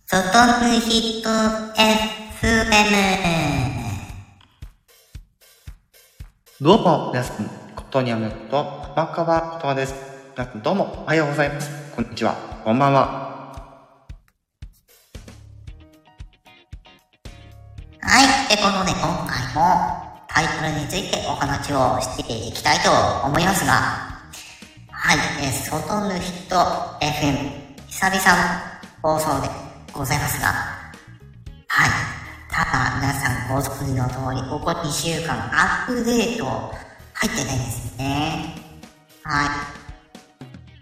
外の人 FM。 どうも、皆さん、ことにゃむこと玉川ことわです。皆さんどうもおはようございます。こんにちは、こんばんは。 はい。ってことで今回もタイトルについてお話をしていきたいと思いますが、はい。外の人 FM 久々の放送でございますが、はい。ただ皆さんご存知の通り、ここ2週間アップデート入ってないんですね。はい。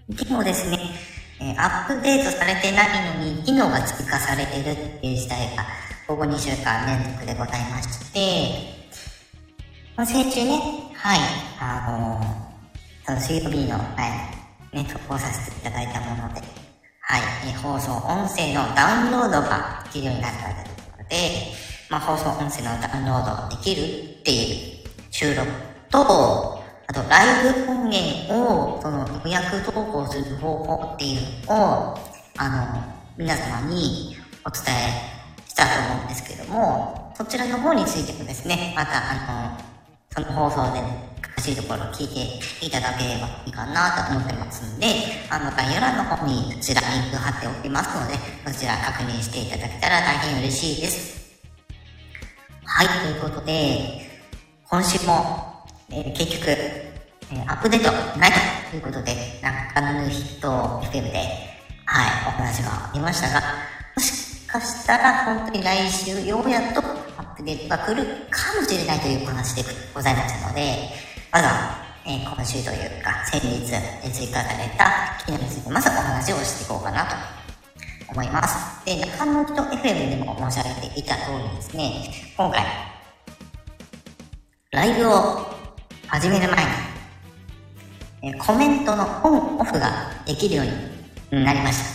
でもですね、アップデートされてないのに機能が追加されてるっていう事態がここ2週間連続でございまして、先週ね、はい、その水曜日の前に投稿させていただいたもので、はい、放送音声のダウンロードができるようになったということで、放送音声のダウンロードできるっていう収録と、あとライブ音源をその予約投稿する方法っていうのを皆様にお伝えしたと思うんですけれども、そちらの方についてもですね、またその放送で詳しいところを聞いていただければいいかなと思ってますんで、概要欄の方にこちらリンク貼っておきますので、そちら確認していただけたら大変嬉しいです。はい、ということで、今週も、結局、アップデートないということで、中の人 FM で、お話がありましたが、もしかしたら本当に来週ようやっとアップデートが来るかもしれないというお話でございますので、まずは、今週というか先日追加された機能についてまずお話をしていこうかなと思います。で、中の人 FM でも申し上げていた通りですね、今回ライブを始める前にコメントのオンオフができるようになりました。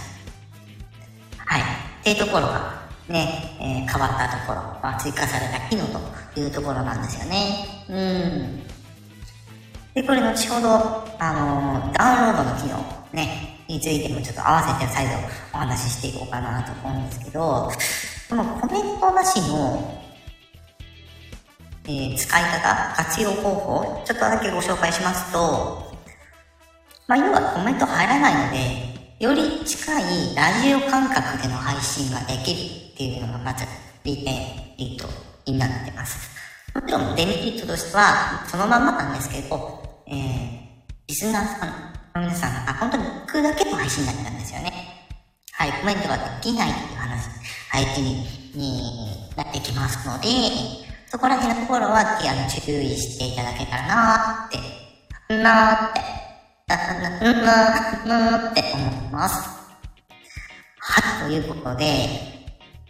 はい。っていうところがね、変わったところ、追加された機能というところなんですよね。で、これ後ほど、ダウンロードの機能ね、についてもちょっと合わせて再度お話ししていこうかなと思うんですけど、このコメントなしの使い方、活用方法、ちょっとだけご紹介しますと、要はコメント入らないので、より近いラジオ感覚での配信ができるっていうのがまずメリットになってます。もちろんデメリットとしてはそのままなんですけど、リスナーさんの皆さんが本当に聞くだけの配信だったんですよね。はい、コメントができないという配置になってきますので、そこら辺のところは注意していただけたらなーって思います。はい、ということで、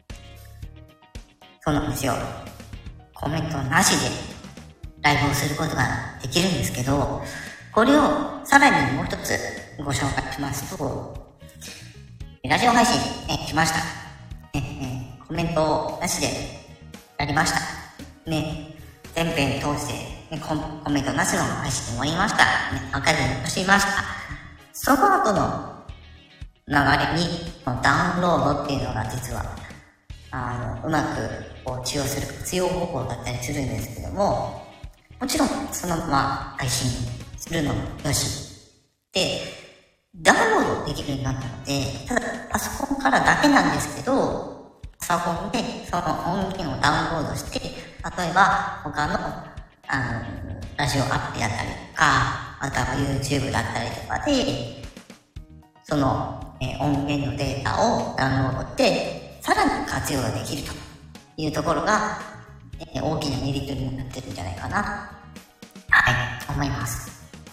そうなんですよ。コメントなしでライブをすることができるんですけど、これをさらにもう一つご紹介しますと、ラジオ配信、しました。コメントなしでやりました。全編通してコメントなしの配信終わりました。アーカイブに残しました。その後の流れにダウンロードっていうのが実はうまく使用する活用方法だったりするんですけども、もちろんそのまま配信するのもよしで、ダウンロードできるようになったので、ただパソコンからだけなんですけど、パソコンでその音源をダウンロードして、例えば他のラジオアプリだったりとか、または YouTube だったりとかでその、音源のデータをダウンロードしてさらに活用ができるというところが、大きなメリットになってるんじゃないかな、思います。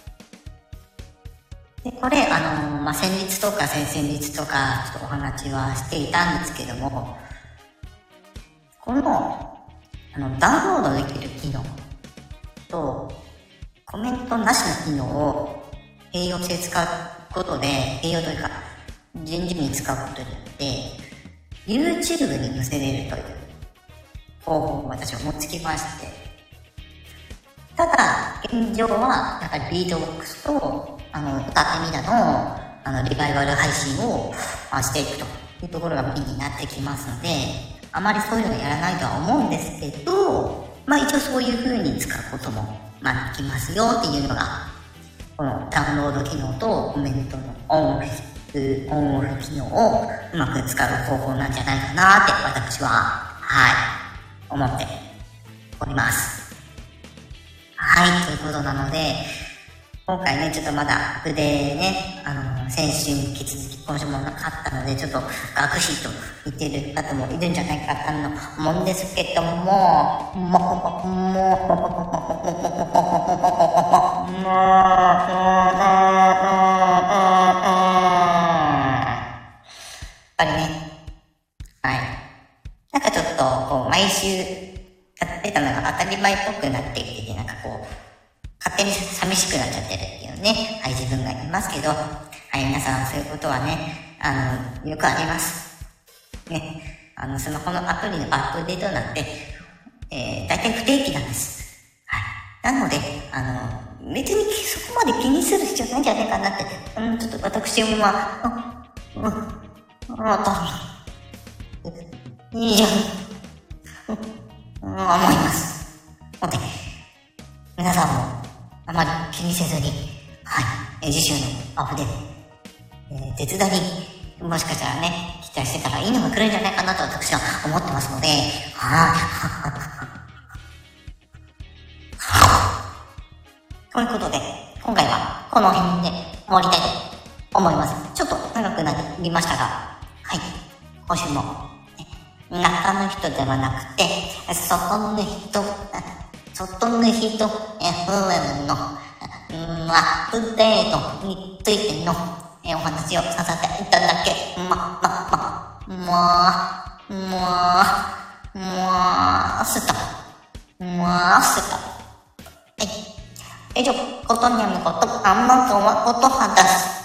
で、これ先日とか先々日とかちょっとお話はしていたんですけども、このダウンロードできる機能とコメントなしの機能を併用して使うことで、併用というか順々に使うことによって YouTube に載せれるという方法を私は思いつきまして、ただ現状はやっぱりビートボックスと歌ってみたのリバイバル配信をしていくというところがメインになってきますので、あまりそういうのをやらないとは思うんですけど、一応そういう風に使うことも、できますよっていうのが、このダウンロード機能とコメントのオンオフ機能をうまく使う方法なんじゃないかなって私は、思っております。ということなので、今回ね、ちょっとまだアップでね、先週に引き続き今週もなかったので、ちょっと学習と言っている方もいるんじゃないかと思うんですけども、やっぱりね、なんかちょっとこう毎週やってたのが当たり前っぽくなってきて、なんかこう勝手に寂しくなっちゃってるっていうね、自分がいますけど、皆さんそういうことはね、よくあります。ね、スマホのアプリのアップデートなんて、大体不定期なんです。なので、別にそこまで気にする必要ないんじゃないかなって、ちょっと私は、いいじゃん、思います。ので、皆さんもあまり気にせずに、次週のオフで、絶大にもしかしたらね、期待してたらいいのが来るんじゃないかなと私は思ってますので、ということで、今回はこの辺で終わりたいと思います。ちょっと長くなりましたが、今週も、中の人ではなくて、外の人、FM の、アップデートについての、お話をさせていただけ以上、ことにゃむこと、あんまかわことはだす。